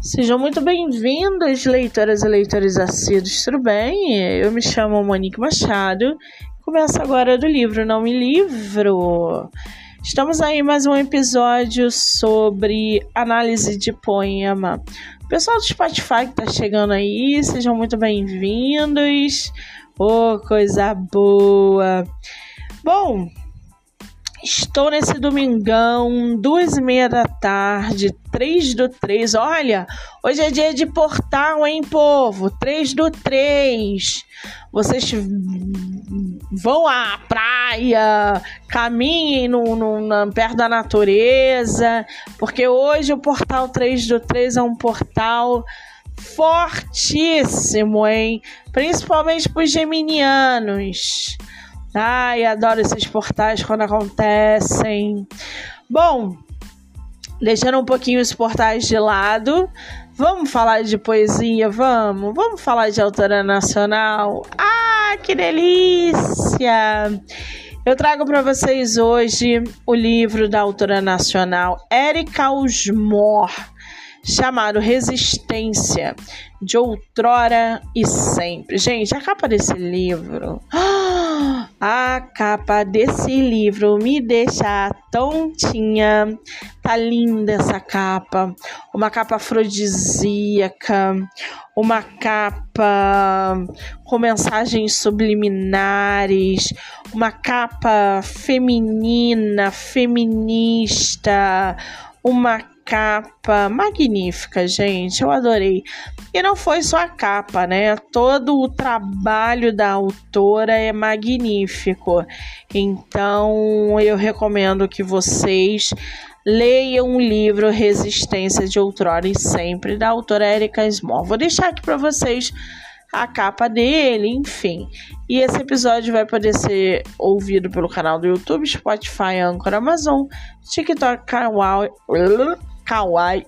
Sejam muito bem-vindos, leitoras e leitores assíduos, tudo bem? Eu me chamo Monique Machado, começo agora do livro Não Me Livro. Estamos aí em mais um episódio sobre análise de poema. O pessoal do Spotify que tá chegando aí, sejam muito bem-vindos. Oh, coisa boa! Bom, estou nesse domingão, 2h30 da tarde, 3/3. Olha, hoje é dia de portal, hein, povo? 3/3. Vocês vão à praia, caminhem perto da natureza, porque hoje o portal 3/3 é um portal fortíssimo, hein? Principalmente para os geminianos. Ai, adoro esses portais quando acontecem. Bom, deixando um pouquinho os portais de lado, vamos falar de poesia? Vamos falar de autora nacional? Ah, que delícia! Eu trago para vocês hoje o livro da autora nacional Érica Usmor, chamado Resistência, de Outrora e Sempre. Gente, a capa desse livro... A capa desse livro me deixa tontinha. Tá linda essa capa. Uma capa afrodisíaca. Uma capa com mensagens subliminares. Uma capa feminina, feminista. Uma capa magnífica, gente, eu adorei. E não foi só a capa, né? Todo o trabalho da autora é magnífico. Então, eu recomendo que vocês leiam o livro Resistência de Outrora e Sempre, da autora Érica Usmor. Vou deixar aqui para vocês a capa dele, enfim. E esse episódio vai poder ser ouvido pelo canal do YouTube, Spotify, Anchor, Amazon, TikTok, Kawaii,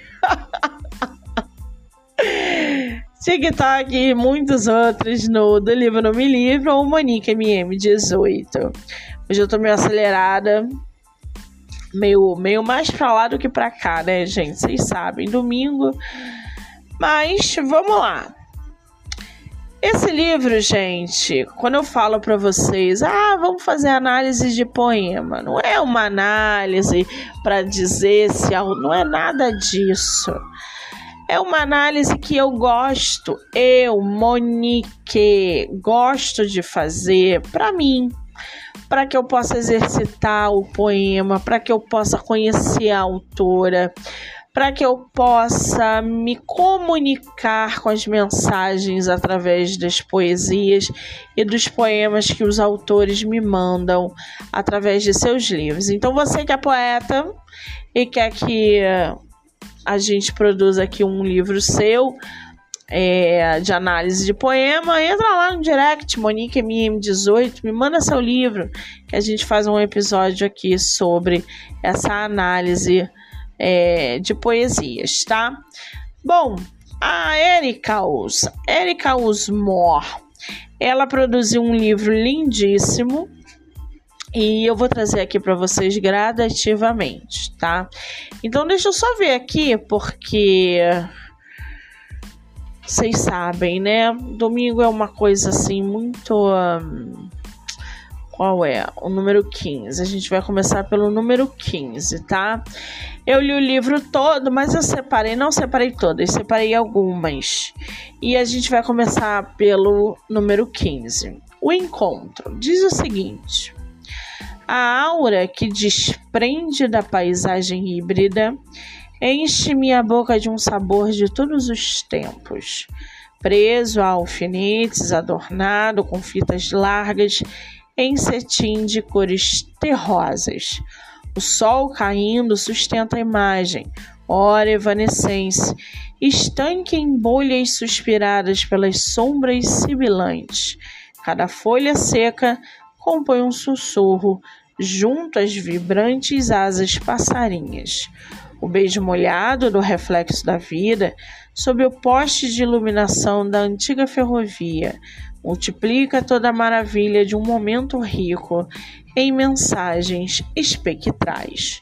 TikTok e muitos outros do livro Não Me Livro ou Monique MM18. Hoje eu tô meio acelerada, meio mais pra lá do que pra cá, né, gente? Vocês sabem, domingo. Mas vamos lá. Esse livro, gente, quando eu falo para vocês, vamos fazer análise de poema, não é uma análise para dizer se não é nada disso. É uma análise que eu gosto, Monique, gosto de fazer para mim, para que eu possa exercitar o poema, para que eu possa conhecer a autora, para que eu possa me comunicar com as mensagens através das poesias e dos poemas que os autores me mandam através de seus livros. Então, você que é poeta e quer que a gente produza aqui um livro seu de análise de poema, entra lá no direct, Monique MM18, me manda seu livro, que a gente faz um episódio aqui sobre essa análise de poesias, tá? Bom, a Érica Usmor, ela produziu um livro lindíssimo e eu vou trazer aqui para vocês gradativamente, tá? Então deixa eu só ver aqui, porque vocês sabem, né? Domingo é uma coisa assim muito... Qual é? O número 15. A gente vai começar pelo número 15, tá? Eu li o livro todo, mas eu não separei todas, separei algumas. E a gente vai começar pelo número 15. O encontro diz o seguinte: a aura que desprende da paisagem híbrida enche minha boca de um sabor de todos os tempos. Preso a alfinetes, adornado com fitas largas, em cetim de cores terrosas. O sol caindo sustenta a imagem, ora evanescência, estanque em bolhas suspiradas pelas sombras sibilantes. Cada folha seca compõe um sussurro junto às vibrantes asas passarinhas. O beijo molhado do reflexo da vida sob o poste de iluminação da antiga ferrovia multiplica toda a maravilha de um momento rico em mensagens espectrais.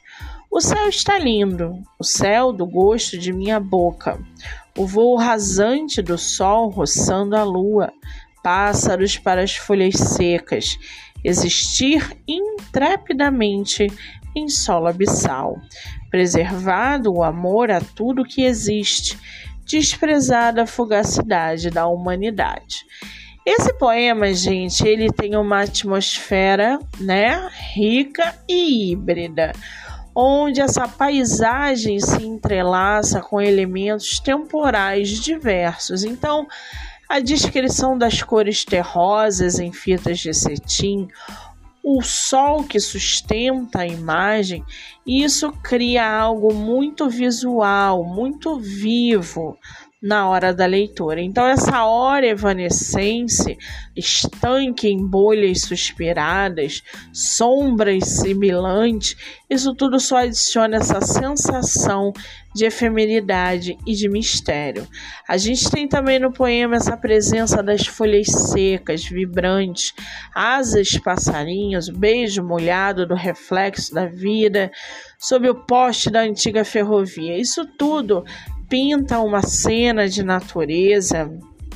O céu está lindo, o céu do gosto de minha boca, o voo rasante do sol roçando a lua, pássaros para as folhas secas, existir intrepidamente em solo abissal, preservado o amor a tudo que existe, desprezada a fugacidade da humanidade. Esse poema, gente, ele tem uma atmosfera, né, rica e híbrida, onde essa paisagem se entrelaça com elementos temporais diversos. Então, a descrição das cores terrosas em fitas de cetim, o sol que sustenta a imagem, isso cria algo muito visual, muito vivo na hora da leitura. Então, essa hora evanescente, estanque em bolhas suspiradas, sombras sibilantes, isso tudo só adiciona essa sensação de efemeridade e de mistério. A gente tem também no poema essa presença das folhas secas, vibrantes, asas passarinhos, beijo molhado do reflexo da vida sob o poste da antiga ferrovia. Isso tudo pinta uma cena de natureza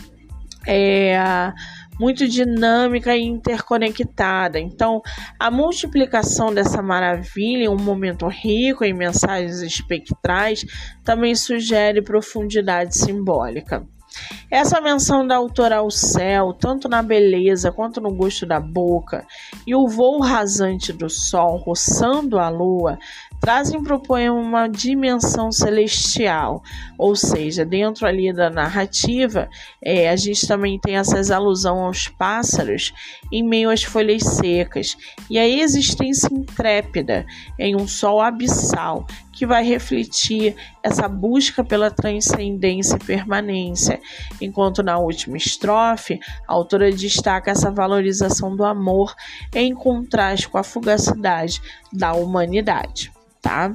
muito dinâmica e interconectada. Então, a multiplicação dessa maravilha em um momento rico em mensagens espectrais também sugere profundidade simbólica. Essa menção da autora ao céu, tanto na beleza quanto no gosto da boca, e o voo rasante do sol roçando a lua, trazem para o poema uma dimensão celestial, ou seja, dentro ali da narrativa, a gente também tem essa alusão aos pássaros em meio às folhas secas, e a existência intrépida em um sol abissal, que vai refletir essa busca pela transcendência e permanência, enquanto na última estrofe, a autora destaca essa valorização do amor em contraste com a fugacidade da humanidade, tá?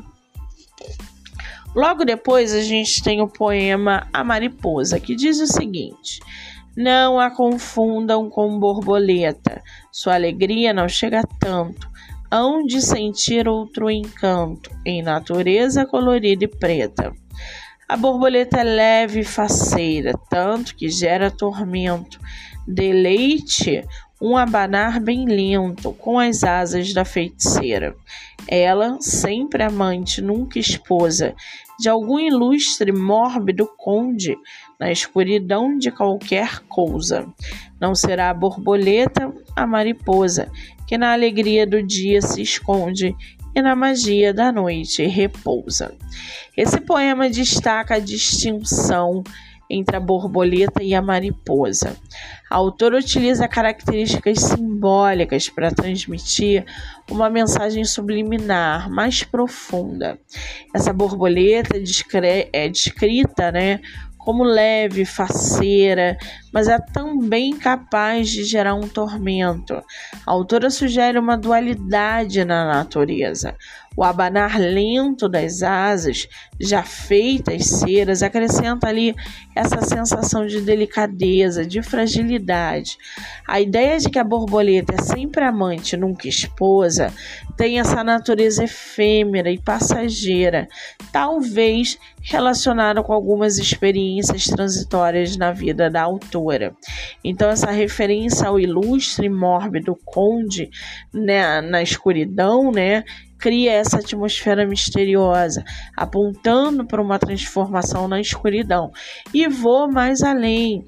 Logo depois a gente tem o poema A Mariposa, que diz o seguinte: não a confundam com borboleta, sua alegria não chega tanto, hão de sentir outro encanto, em natureza colorida e preta. A borboleta é leve e faceira, tanto que gera tormento, deleite um abanar bem lento, com as asas da feiticeira. Ela, sempre amante, nunca esposa, de algum ilustre mórbido conde, na escuridão de qualquer coisa. Não será a borboleta, a mariposa, que na alegria do dia se esconde e na magia da noite repousa. Esse poema destaca a distinção entre a borboleta e a mariposa. A autora utiliza características simbólicas para transmitir uma mensagem subliminar, mais profunda. Essa borboleta é descrita, como leve, faceira, mas é também capaz de gerar um tormento. A autora sugere uma dualidade na natureza. O abanar lento das asas, já feitas ceras, acrescenta ali essa sensação de delicadeza, de fragilidade. A ideia de que a borboleta é sempre amante, nunca esposa, tem essa natureza efêmera e passageira, talvez relacionada com algumas experiências transitórias na vida da autora. Então, essa referência ao ilustre e mórbido conde, na escuridão, cria essa atmosfera misteriosa, apontando para uma transformação na escuridão. E vou mais além,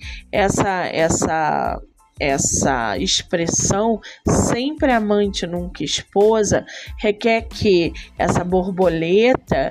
essa expressão, sempre amante, nunca esposa, requer que essa borboleta,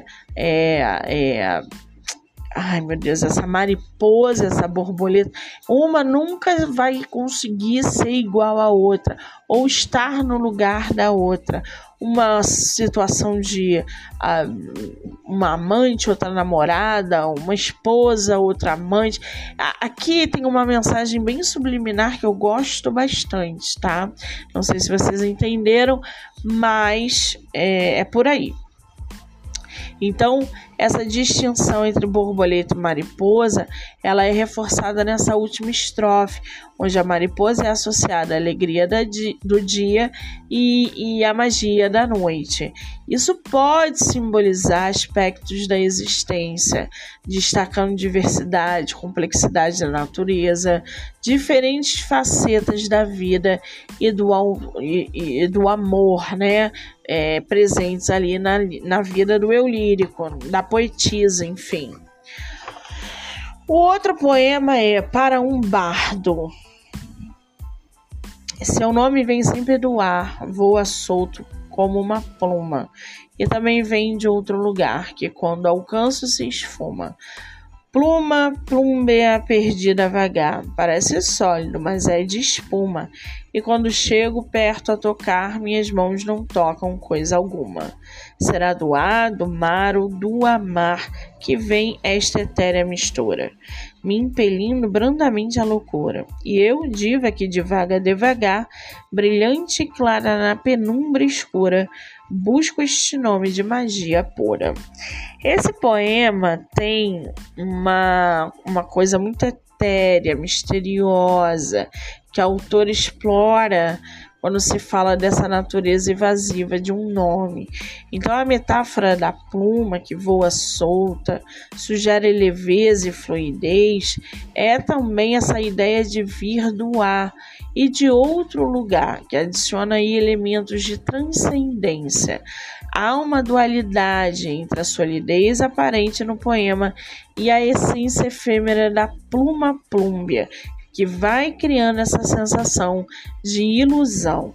essa mariposa, essa borboleta, uma nunca vai conseguir ser igual à outra, ou estar no lugar da outra. Uma situação de uma amante, outra namorada, uma esposa, outra amante. Aqui tem uma mensagem bem subliminar que eu gosto bastante, tá? Não sei se vocês entenderam, mas é por aí. Então, Essa distinção entre borboleta e mariposa, ela é reforçada nessa última estrofe, onde a mariposa é associada à alegria do dia e à magia da noite. Isso pode simbolizar aspectos da existência, destacando diversidade, complexidade da natureza, diferentes facetas da vida e do amor, né? Presentes ali na vida do eu lírico, da poetisa, enfim. O outro poema é Para um Bardo. Seu nome vem sempre do ar, voa solto como uma pluma, e também vem de outro lugar, que quando alcanço se esfuma. Pluma, plúmbea perdida vagar, parece sólido, mas é de espuma, e quando chego perto a tocar, minhas mãos não tocam coisa alguma. Será do ar, do mar ou do amar que vem esta etérea mistura, me impelindo brandamente à loucura. E eu, diva que divaga devagar, brilhante e clara na penumbra escura, busco este nome de magia pura. Esse poema tem uma coisa muito etérea, misteriosa, que a autora explora quando se fala dessa natureza evasiva de um nome. Então a metáfora da pluma que voa solta, sugere leveza e fluidez, é também essa ideia de vir do ar e de outro lugar, que adiciona aí elementos de transcendência. Há uma dualidade entre a solidez aparente no poema e a essência efêmera da pluma plúmbea, que vai criando essa sensação de ilusão.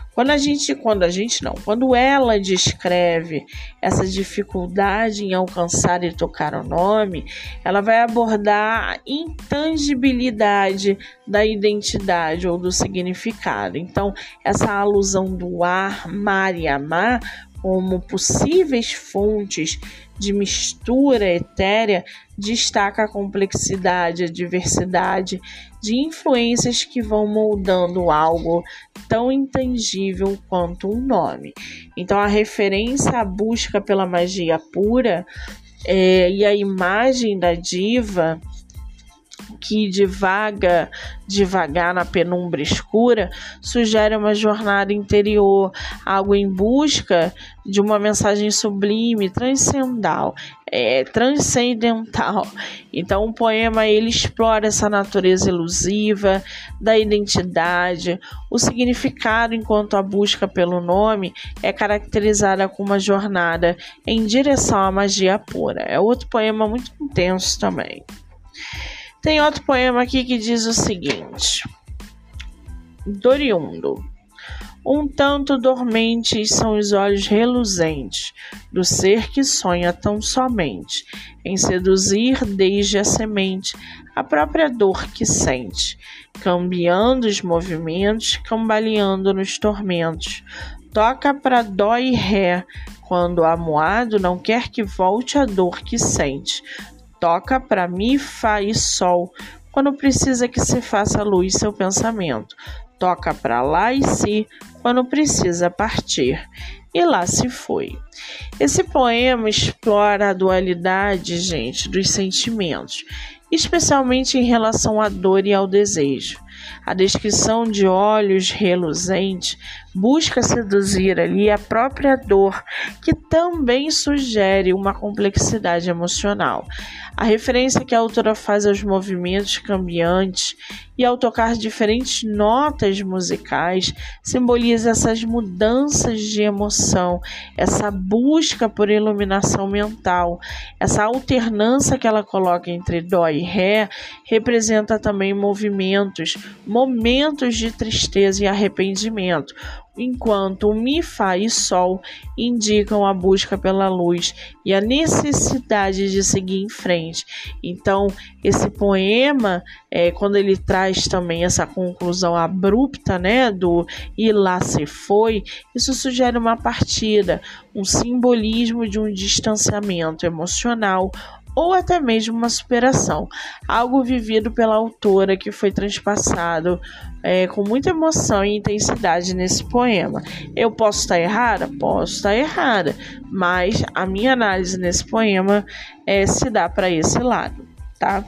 Quando ela descreve essa dificuldade em alcançar e tocar o nome, ela vai abordar a intangibilidade da identidade ou do significado. Então, essa alusão do ar, mar e amar como possíveis fontes de mistura etérea destaca a complexidade, a diversidade de influências que vão moldando algo tão intangível quanto um nome. Então, a referência à busca pela magia pura e a imagem da diva que divaga devagar na penumbra escura, sugere uma jornada interior, algo em busca de uma mensagem sublime, transcendental. Então o poema ele explora essa natureza elusiva da identidade, o significado, enquanto a busca pelo nome é caracterizada como uma jornada em direção à magia pura. É outro poema muito intenso também. Tem outro poema aqui que diz o seguinte: Doriundo. Um tanto dormentes são os olhos reluzentes do ser que sonha tão somente em seduzir desde a semente a própria dor que sente, cambiando os movimentos, cambaleando nos tormentos. Toca pra dó e ré, quando amuado não quer que volte a dor que sente. Toca para mi, fá e sol, quando precisa que se faça luz seu pensamento. Toca para lá e si, quando precisa partir. E lá se foi. Esse poema explora a dualidade, gente, dos sentimentos, especialmente em relação à dor e ao desejo. A descrição de olhos reluzentes busca seduzir ali a própria dor, que também sugere uma complexidade emocional. A referência que a autora faz aos movimentos cambiantes e ao tocar diferentes notas musicais simboliza essas mudanças de emoção, essa busca por iluminação mental. Essa alternância que ela coloca entre dó e ré representa também momentos de tristeza e arrependimento, enquanto o mi, fá e sol indicam a busca pela luz e a necessidade de seguir em frente. Então, esse poema, quando ele traz também essa conclusão abrupta, né, do e lá se foi, isso sugere uma partida, um simbolismo de um distanciamento emocional ou até mesmo uma superação, algo vivido pela autora que foi transpassado com muita emoção e intensidade nesse poema. Eu posso estar errada? Posso estar errada, mas a minha análise nesse poema se dá para esse lado, tá?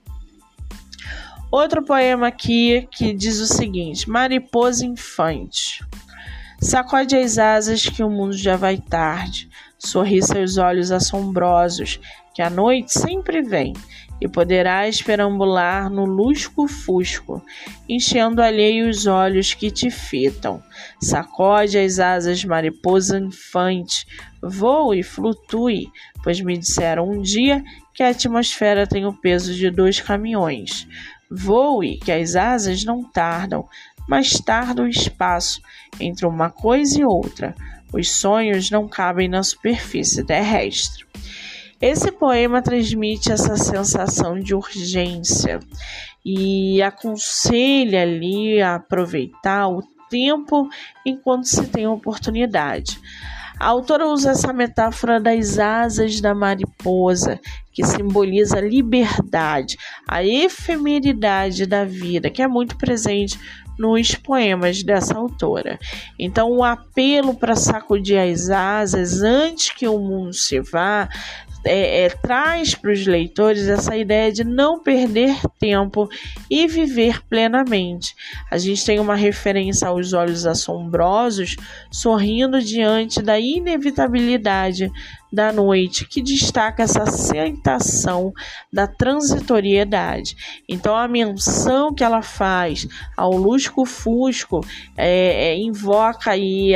Outro poema aqui que diz o seguinte: Mariposa infante. Sacode as asas que o mundo já vai tarde, sorri seus olhos assombrosos, que a noite sempre vem, e poderás perambular no lusco-fusco, enchendo alheio os olhos que te fitam. Sacode as asas, mariposa infante, voe e flutue, pois me disseram um dia que a atmosfera tem o peso de 2 caminhões. Voe, que as asas não tardam, mas tarda o espaço entre uma coisa e outra. Os sonhos não cabem na superfície terrestre. Esse poema transmite essa sensação de urgência e aconselha ali a aproveitar o tempo enquanto se tem oportunidade. A autora usa essa metáfora das asas da mariposa, que simboliza a liberdade, a efemeridade da vida, que é muito presente nos poemas dessa autora. Então, o apelo para sacudir as asas antes que o mundo se vá traz para os leitores essa ideia de não perder tempo e viver plenamente. A gente tem uma referência aos olhos assombrosos sorrindo diante da inevitabilidade da noite, que destaca essa aceitação da transitoriedade. Então, a menção que ela faz ao lusco-fusco invoca aí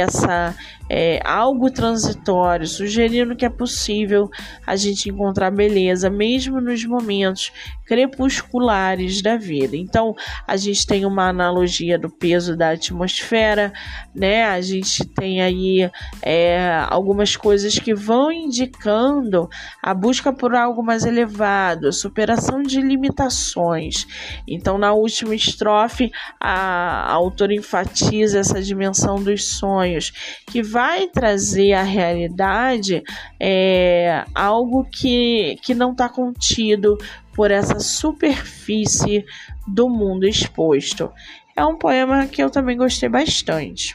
algo transitório, sugerindo que é possível a gente encontrar beleza mesmo nos momentos crepusculares da vida. Então, a gente tem uma analogia do peso da atmosfera, né? A gente tem aí algumas coisas que vão indicando a busca por algo mais elevado, a superação de limitações. Então, na última estrofe, a autora enfatiza essa dimensão dos sonhos, que vai trazer à realidade algo que não está contido por essa superfície do mundo exposto. É um poema que eu também gostei bastante.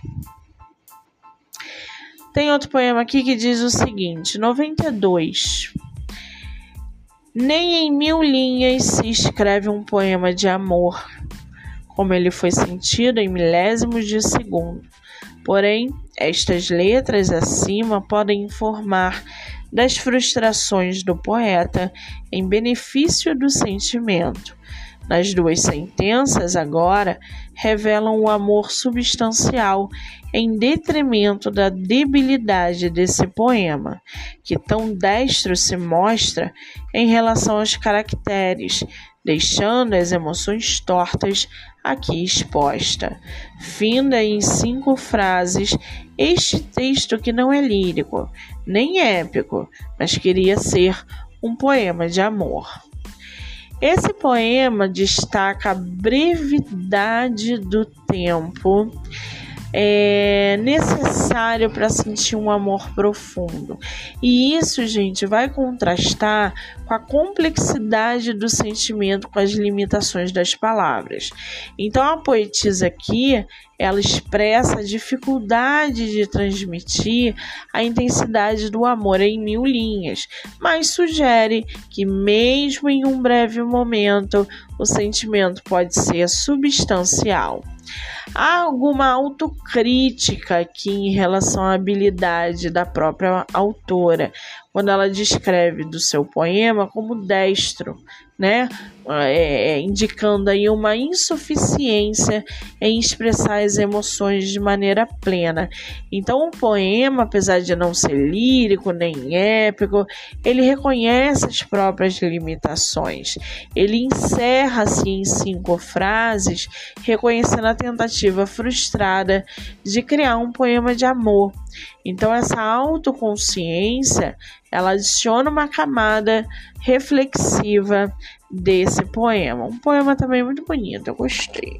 Tem outro poema aqui que diz o seguinte: 92. Nem em 1000 linhas se escreve um poema de amor, como ele foi sentido em milésimos de segundo. Porém, estas letras acima podem informar das frustrações do poeta em benefício do sentimento. Nas 2 sentenças, agora, revelam o amor substancial em detrimento da debilidade desse poema, que tão destro se mostra em relação aos caracteres, deixando as emoções tortas aqui exposta. Finda em 5 frases este texto que não é lírico, nem épico, mas queria ser um poema de amor. Esse poema destaca a brevidade do tempo necessário para sentir um amor profundo. E isso, gente, vai contrastar com a complexidade do sentimento, com as limitações das palavras. Então, a poetisa aqui, ela expressa a dificuldade de transmitir a intensidade do amor em 1000 linhas, mas sugere que mesmo em um breve momento, o sentimento pode ser substancial. Há alguma autocrítica aqui em relação à habilidade da própria autora, quando ela descreve do seu poema como destro, né? Indicando aí uma insuficiência em expressar as emoções de maneira plena. Então, o poema, apesar de não ser lírico nem épico, ele reconhece as próprias limitações. Ele encerra-se em 5 frases, reconhecendo a tentativa frustrada de criar um poema de amor. Então, essa autoconsciência, ela adiciona uma camada reflexiva desse poema. Um poema também muito bonito, eu gostei.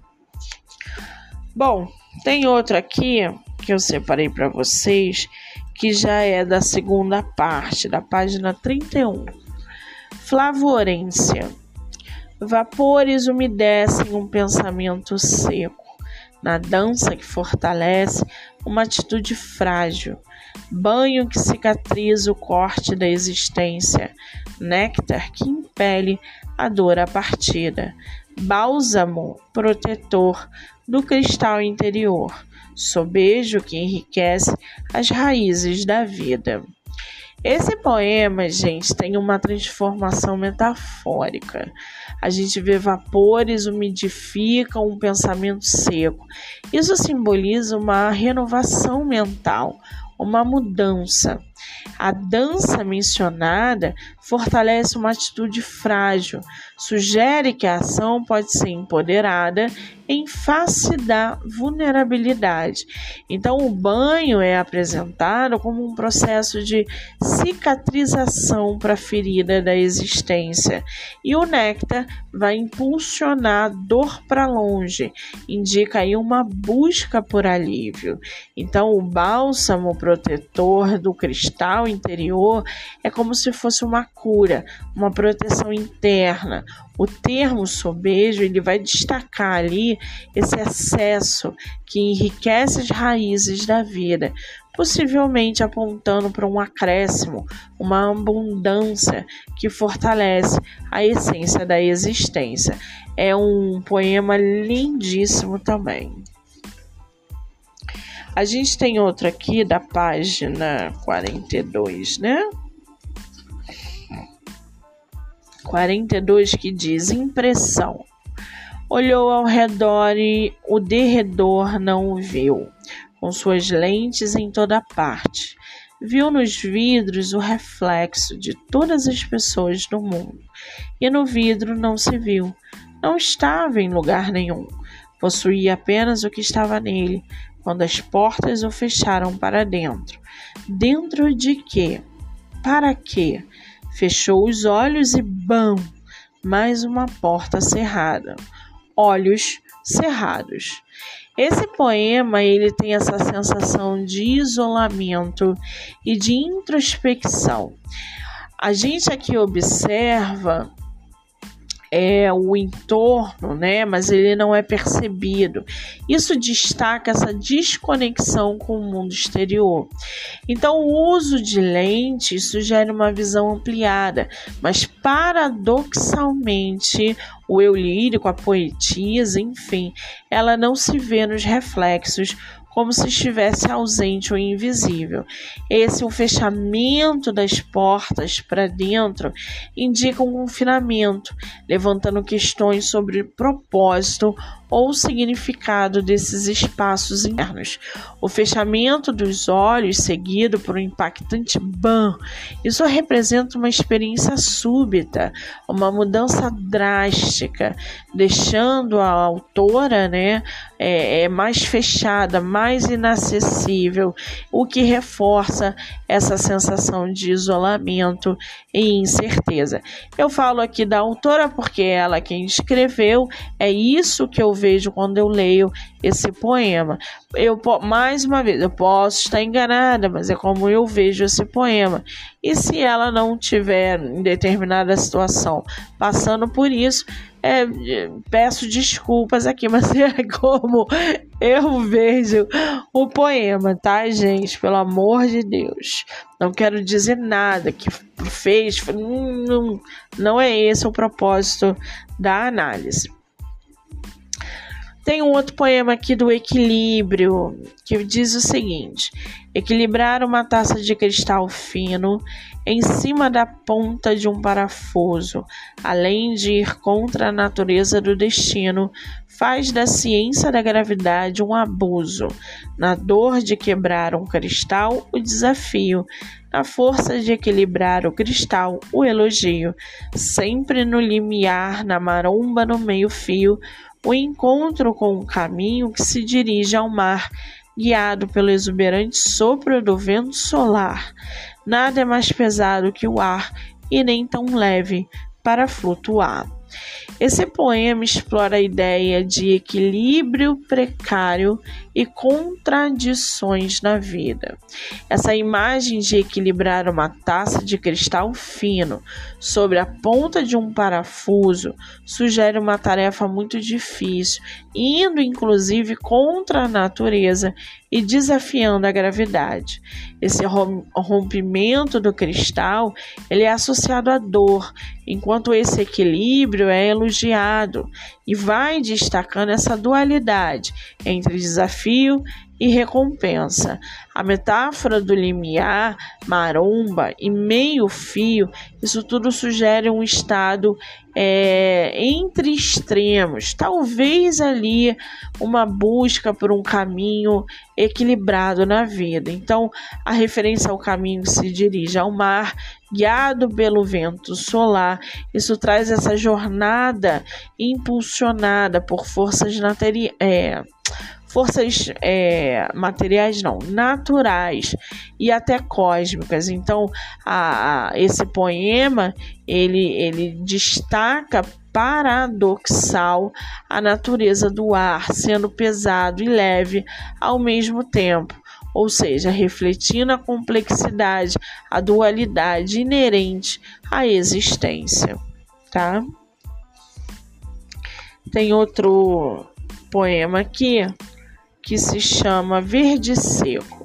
Bom, tem outro aqui que eu separei para vocês, que já é da segunda parte, da página 31. Flavorência. Vapores umedecem um pensamento seco. Na dança que fortalece uma atitude frágil. Banho que cicatriza o corte da existência. Néctar que impele a dor à partida. Bálsamo protetor do cristal interior. Sobejo que enriquece as raízes da vida. Esse poema, gente, tem uma transformação metafórica. A gente vê vapores umidificam um pensamento seco. Isso simboliza uma renovação mental, uma mudança. A dança mencionada fortalece uma atitude frágil, sugere que a ação pode ser empoderada em face da vulnerabilidade. Então, o banho é apresentado como um processo de cicatrização para a ferida da existência. E o néctar vai impulsionar a dor para longe, indica aí uma busca por alívio. Então, o bálsamo protetor do cristal interior é como se fosse uma cura, uma proteção interna. O termo sobejo, ele vai destacar ali esse excesso que enriquece as raízes da vida, possivelmente apontando para um acréscimo, uma abundância que fortalece a essência da existência. É um poema lindíssimo também. A gente tem outro aqui da página 42, né? 42 que diz: impressão. Olhou ao redor e o derredor não o viu, com suas lentes em toda parte. Viu nos vidros o reflexo de todas as pessoas do mundo, e no vidro não se viu, não estava em lugar nenhum, possuía apenas o que estava nele, quando as portas o fecharam para dentro. Dentro de quê? Para quê? Fechou os olhos e bam! Mais uma porta cerrada. Olhos cerrados. Esse poema, ele tem essa sensação de isolamento e de introspecção. A gente aqui observa o entorno, né? Mas ele não é percebido. Isso destaca essa desconexão com o mundo exterior. Então, o uso de lentes sugere uma visão ampliada, mas paradoxalmente, o eu lírico, a poetisa, enfim, ela não se vê nos reflexos como se estivesse ausente ou invisível. O fechamento das portas para dentro indica um confinamento, levantando questões sobre propósito ou significado desses espaços internos. O fechamento dos olhos, seguido por um impactante bam, isso representa uma experiência súbita, uma mudança drástica, deixando a autora, mais fechada, mais inacessível, o que reforça essa sensação de isolamento e incerteza. Eu falo aqui da autora porque ela quem escreveu, é isso que eu vejo quando eu leio esse poema. Mais uma vez, eu posso estar enganada, mas é como eu vejo esse poema. E se ela não tiver em determinada situação passando por isso, peço desculpas aqui, mas é como eu vejo o poema, tá, gente? Pelo amor de Deus. Não quero dizer nada que fez. Não é esse o propósito da análise. Tem um outro poema aqui do Equilíbrio, que diz o seguinte: equilibrar uma taça de cristal fino em cima da ponta de um parafuso, além de ir contra a natureza do destino, faz da ciência da gravidade um abuso. Na dor de quebrar um cristal, o desafio. Na força de equilibrar o cristal, o elogio. Sempre no limiar, na maromba, no meio-fio, o encontro com um caminho que se dirige ao mar, guiado pelo exuberante sopro do vento solar. Nada é mais pesado que o ar e nem tão leve para flutuar. Esse poema explora a ideia de equilíbrio precário e contradições na vida. Essa imagem de equilibrar uma taça de cristal fino sobre a ponta de um parafuso sugere uma tarefa muito difícil, indo inclusive contra a natureza e desafiando a gravidade. Esse rompimento do cristal ele é associado à dor, enquanto esse equilíbrio é elogiado e vai destacando essa dualidade entre desafio e recompensa. A metáfora do limiar, maromba e meio-fio, isso tudo sugere um estado entre extremos, talvez ali uma busca por um caminho equilibrado na vida. Então, a referência ao caminho que se dirige ao mar, guiado pelo vento solar, isso traz essa jornada impulsionada por naturais e até cósmicas. Então, esse poema ele destaca paradoxal a natureza do ar, sendo pesado e leve ao mesmo tempo, ou seja, refletindo a complexidade, a dualidade inerente à existência, tá? Tem outro poema aqui que se chama Verde Seco.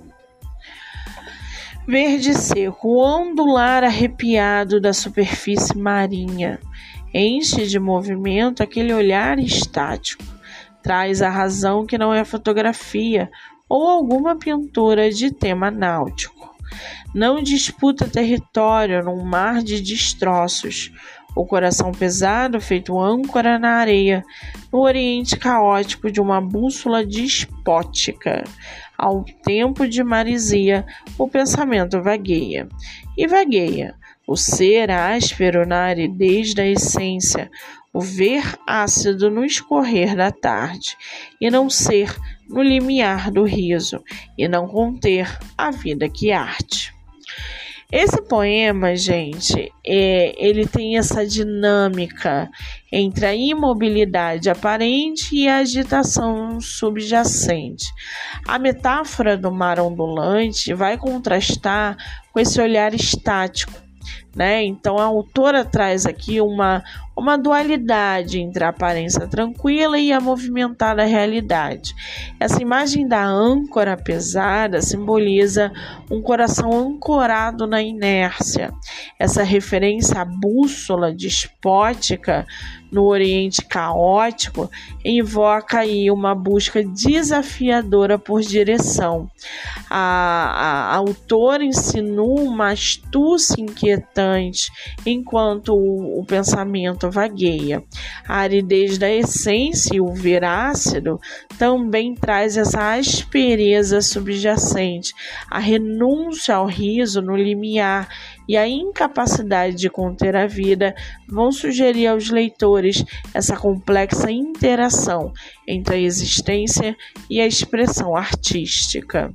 Verde seco, o ondular arrepiado da superfície marinha, enche de movimento aquele olhar estático, traz a razão que não é fotografia ou alguma pintura de tema náutico. Não disputa território num mar de destroços, o coração pesado feito âncora na areia, no oriente caótico de uma bússola despótica. Ao tempo de maresia, o pensamento vagueia. E vagueia, o ser áspero na aridez da essência, o ver ácido no escorrer da tarde, e não ser no limiar do riso, e não conter a vida que arde. Esse poema, gente, ele tem essa dinâmica entre a imobilidade aparente e a agitação subjacente. A metáfora do mar ondulante vai contrastar com esse olhar estático, né? Então a autora traz aqui uma dualidade entre a aparência tranquila e a movimentada realidade. Essa imagem da âncora pesada simboliza um coração ancorado na inércia. Essa referência à bússola despótica no Oriente caótico invoca aí uma busca desafiadora por direção. A autora insinua uma astúcia inquietante enquanto o pensamento vagueia. A aridez da essência e o ver ácido também traz essa aspereza subjacente, a renúncia ao riso no limiar e a incapacidade de conter a vida vão sugerir aos leitores essa complexa interação entre a existência e a expressão artística.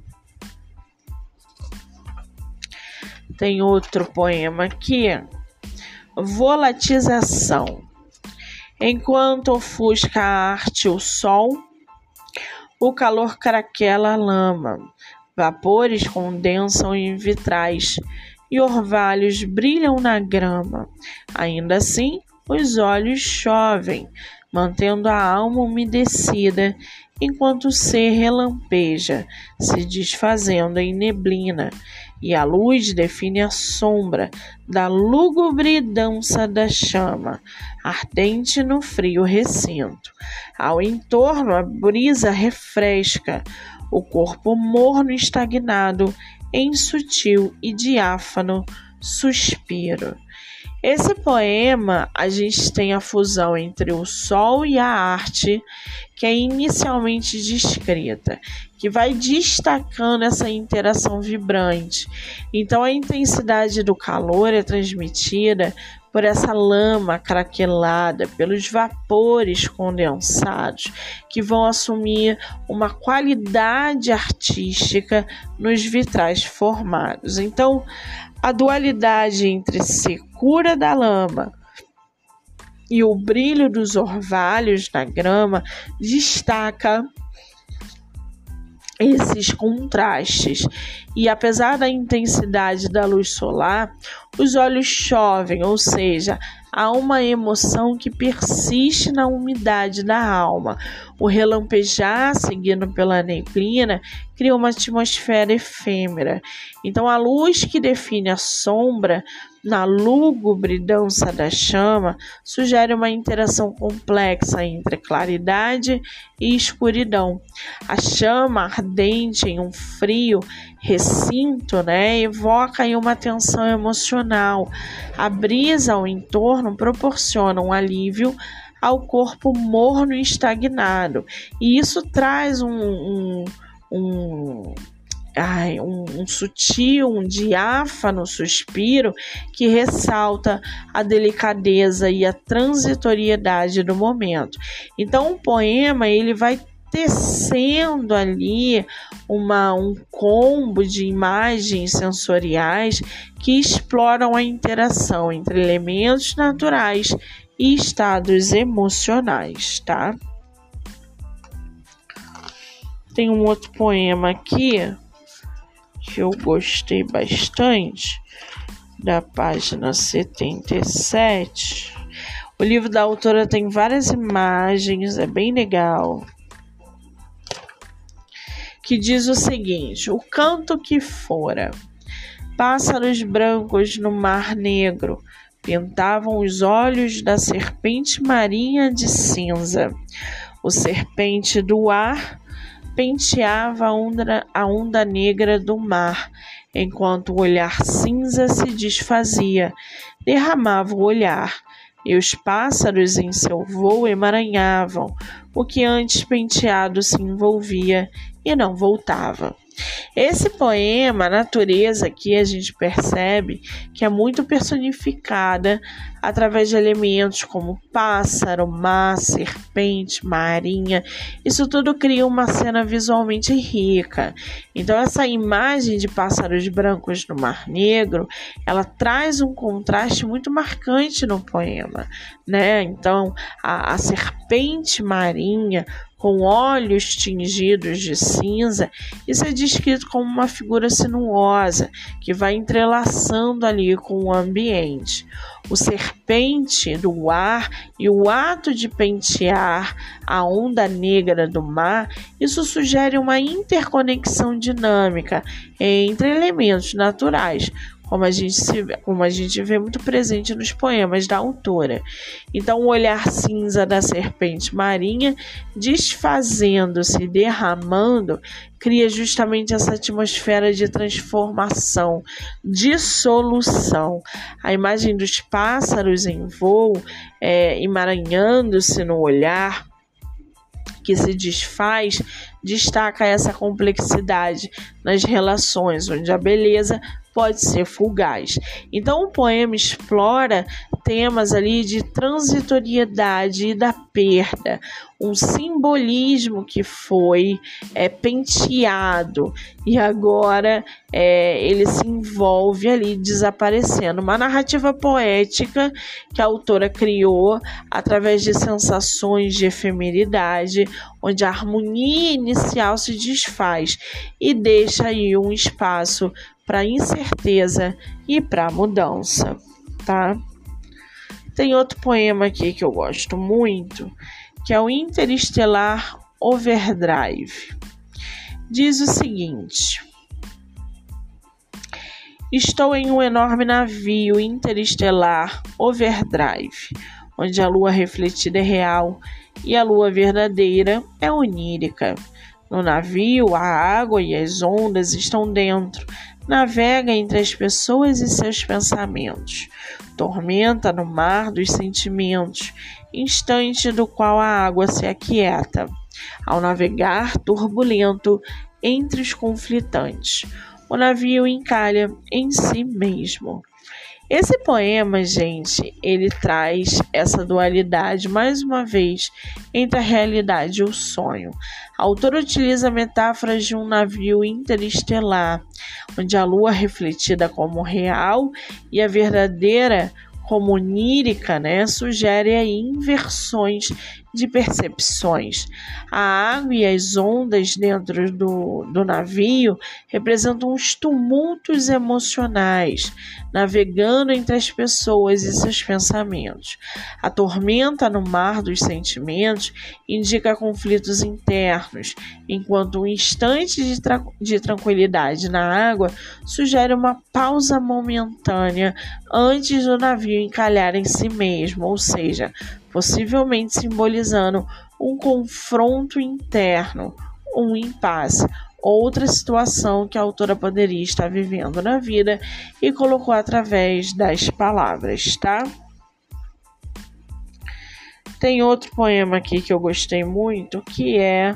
Tem outro poema aqui, Volatização. Enquanto ofusca a arte o sol, o calor craquela a lama, vapores condensam em vitrais e orvalhos brilham na grama. Ainda assim, os olhos chovem, mantendo a alma umedecida, enquanto o ser relampeja, se desfazendo em neblina, e a luz define a sombra da lúgubre dança da chama, ardente no frio recinto. Ao entorno, a brisa refresca, o corpo morno e estagnado em sutil e diáfano suspiro. Esse poema, a gente tem a fusão entre o sol e a arte, que é inicialmente descrita, que vai destacando essa interação vibrante. Então, a intensidade do calor é transmitida por essa lama craquelada, pelos vapores condensados, que vão assumir uma qualidade artística nos vitrais formados. Então, a dualidade entre secura da lama e o brilho dos orvalhos na grama destaca esses contrastes. E apesar da intensidade da luz solar, os olhos chovem, ou seja, há uma emoção que persiste na umidade da alma. O relampejar, seguido pela neblina, cria uma atmosfera efêmera. Então, a luz que define a sombra na lúgubre dança da chama sugere uma interação complexa entre claridade e escuridão. A chama ardente em um frio recinto, evoca aí uma tensão emocional. A brisa ao entorno proporciona um alívio ao corpo morno e estagnado. E isso traz um sutil, um diáfano suspiro que ressalta a delicadeza e a transitoriedade do momento. Então, o poema ele vai tecendo ali um combo de imagens sensoriais que exploram a interação entre elementos naturais e estados emocionais, tá? Tem um outro poema aqui que eu gostei bastante, da página 77. O livro da autora tem várias imagens, é bem legal, que diz o seguinte: o canto que fora. Pássaros brancos no mar negro pintavam os olhos da serpente marinha de cinza. O serpente do ar penteava a onda negra do mar, enquanto o olhar cinza se desfazia, derramava o olhar, e os pássaros em seu voo emaranhavam, o que antes penteado se envolvia e não voltava. Esse poema, a natureza aqui a gente percebe que é muito personificada através de elementos como pássaro, mar, serpente, marinha. Isso tudo cria uma cena visualmente rica. Então essa imagem de pássaros brancos no Mar Negro, ela traz um contraste muito marcante no poema, Então a serpente marinha com olhos tingidos de cinza, isso é descrito como uma figura sinuosa que vai entrelaçando ali com o ambiente. O serpente do ar e o ato de pentear a onda negra do mar, isso sugere uma interconexão dinâmica entre elementos naturais, como a gente vê muito presente nos poemas da autora. Então, o olhar cinza da serpente marinha, desfazendo-se, derramando, cria justamente essa atmosfera de transformação, dissolução. A imagem dos pássaros em voo, emaranhando-se no olhar, que se desfaz, destaca essa complexidade nas relações, onde a beleza pode ser fugaz. Então o poema explora temas ali de transitoriedade e da perda, um simbolismo que foi penteado e agora ele se envolve ali desaparecendo. Uma narrativa poética que a autora criou através de sensações de efemeridade, onde a harmonia inicial se desfaz e deixa aí um espaço para incerteza e para mudança, tá? Tem outro poema aqui que eu gosto muito, que é o Interestelar Overdrive. Diz o seguinte: estou em um enorme navio interestelar overdrive, onde a lua refletida é real e a lua verdadeira é onírica. No navio, a água e as ondas estão dentro, navega entre as pessoas e seus pensamentos, tormenta no mar dos sentimentos, instante do qual a água se aquieta, ao navegar turbulento entre os conflitantes. O navio encalha em si mesmo. Esse poema, gente, ele traz essa dualidade, mais uma vez, entre a realidade e o sonho. A autora utiliza metáforas de um navio interestelar, onde a lua é refletida como real e a verdadeira como onírica, né, sugere aí inversões de percepções. A água e as ondas dentro do navio representam os tumultos emocionais, navegando entre as pessoas e seus pensamentos. A tormenta no mar dos sentimentos indica conflitos internos, enquanto um instante de tranquilidade na água sugere uma pausa momentânea antes do navio encalhar em si mesmo, ou seja, possivelmente simbolizando um confronto interno, um impasse, outra situação que a autora poderia estar vivendo na vida e colocou através das palavras, tá? Tem outro poema aqui que eu gostei muito, que é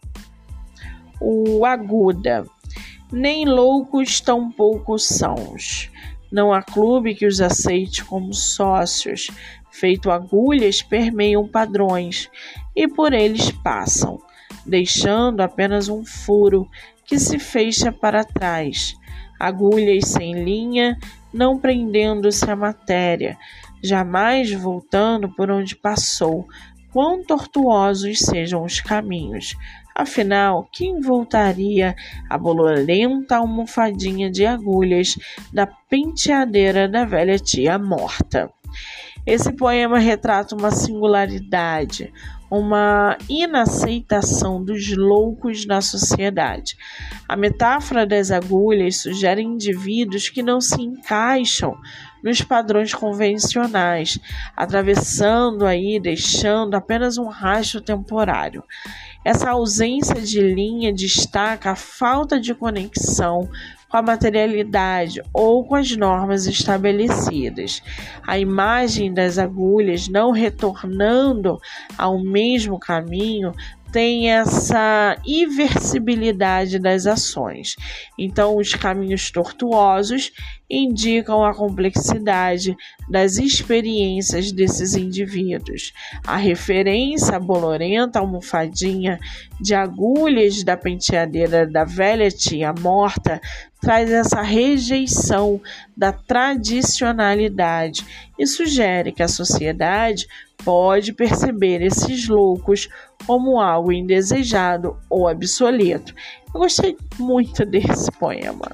o Aguda. Nem loucos tampouco sãos. Não há clube que os aceite como sócios. Feito agulhas, permeiam padrões e por eles passam, deixando apenas um furo que se fecha para trás. Agulhas sem linha, não prendendo-se à matéria, jamais voltando por onde passou, quão tortuosos sejam os caminhos. Afinal, quem voltaria à bolorenta almofadinha de agulhas da penteadeira da velha tia morta? Esse poema retrata uma singularidade, uma inaceitação dos loucos na sociedade. A metáfora das agulhas sugere indivíduos que não se encaixam nos padrões convencionais, atravessando aí, deixando apenas um rastro temporário. Essa ausência de linha destaca a falta de conexão com a materialidade ou com as normas estabelecidas. A imagem das agulhas não retornando ao mesmo caminho tem essa irreversibilidade das ações. Então, os caminhos tortuosos indicam a complexidade das experiências desses indivíduos. A referência à bolorenta almofadinha de agulhas da penteadeira da velha tia morta traz essa rejeição da tradicionalidade e sugere que a sociedade pode perceber esses loucos como algo indesejado ou obsoleto. Eu gostei muito desse poema.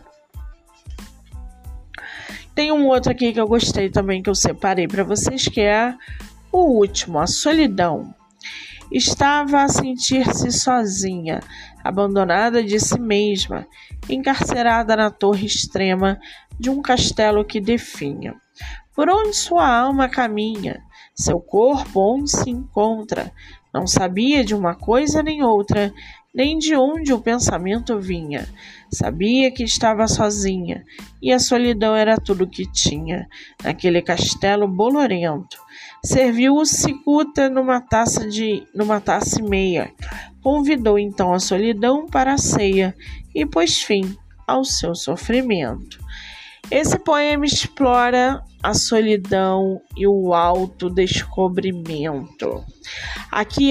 Tem um outro aqui que eu gostei também, que eu separei para vocês, que é o último, A Solidão. Estava a sentir-se sozinha, abandonada de si mesma, encarcerada na torre extrema de um castelo que definha. Por onde sua alma caminha, seu corpo onde se encontra, não sabia de uma coisa nem outra, nem de onde o pensamento vinha. Sabia que estava sozinha, e a solidão era tudo o que tinha, naquele castelo bolorento. Serviu-o cicuta numa taça e meia. Convidou então a solidão para a ceia, e pôs fim ao seu sofrimento. Esse poema explora a solidão e o autodescobrimento. Aqui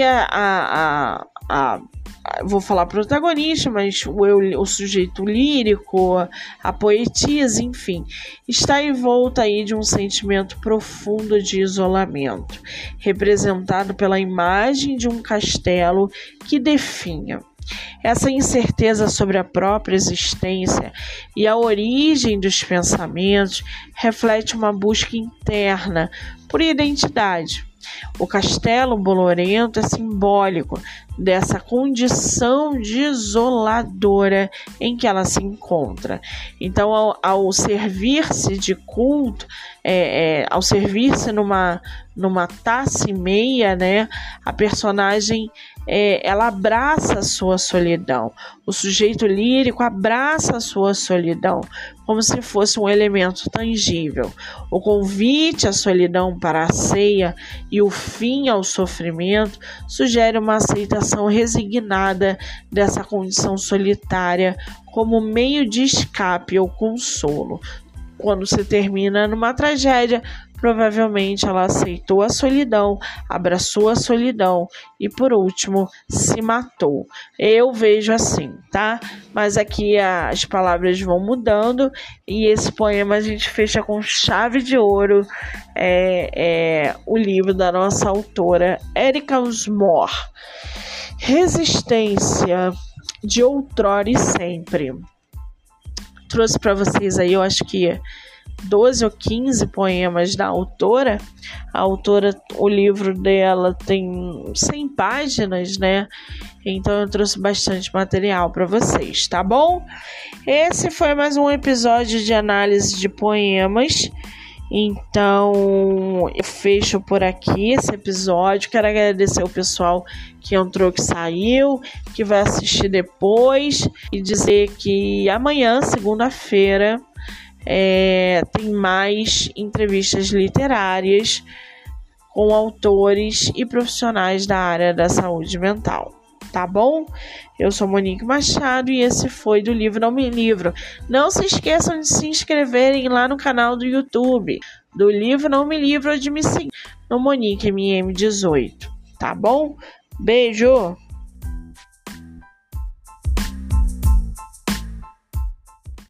vou falar protagonista, mas o sujeito lírico, a poetisa, enfim, está envolta aí de um sentimento profundo de isolamento, representado pela imagem de um castelo que definha. Essa incerteza sobre a própria existência e a origem dos pensamentos reflete uma busca interna por identidade. O castelo bolorento é simbólico dessa condição desoladora em que ela se encontra. Então, ao servir-se de culto, ao servir-se numa taça e meia, né, a personagem ela abraça a sua solidão. O sujeito lírico abraça a sua solidão como se fosse um elemento tangível. O convite à solidão para a ceia e o fim ao sofrimento sugere uma aceitação resignada dessa condição solitária como meio de escape ou consolo. quando se termina numa tragédia, provavelmente ela aceitou a solidão, abraçou a solidão e, por último, se matou. Eu vejo assim, tá? Mas aqui as palavras vão mudando e esse poema a gente fecha com chave de ouro. O livro da nossa autora Erika Osmor, Resistência de Outrora e Sempre. Trouxe para vocês aí, eu acho que 12 ou 15 poemas da autora. A autora, o livro dela tem 100 páginas, né? Então eu trouxe bastante material para vocês, tá bom? Esse foi mais um episódio de análise de poemas. Então eu fecho por aqui esse episódio. Quero agradecer o pessoal que entrou, que saiu, que vai assistir depois, e dizer que amanhã, segunda-feira, tem mais entrevistas literárias com autores e profissionais da área da saúde mental, tá bom? Eu sou Monique Machado e esse foi do Livro Não Me Livro. Não se esqueçam de se inscreverem lá no canal do YouTube do Livro Não Me Livro ou de me seguir no Monique MM18, tá bom? Beijo!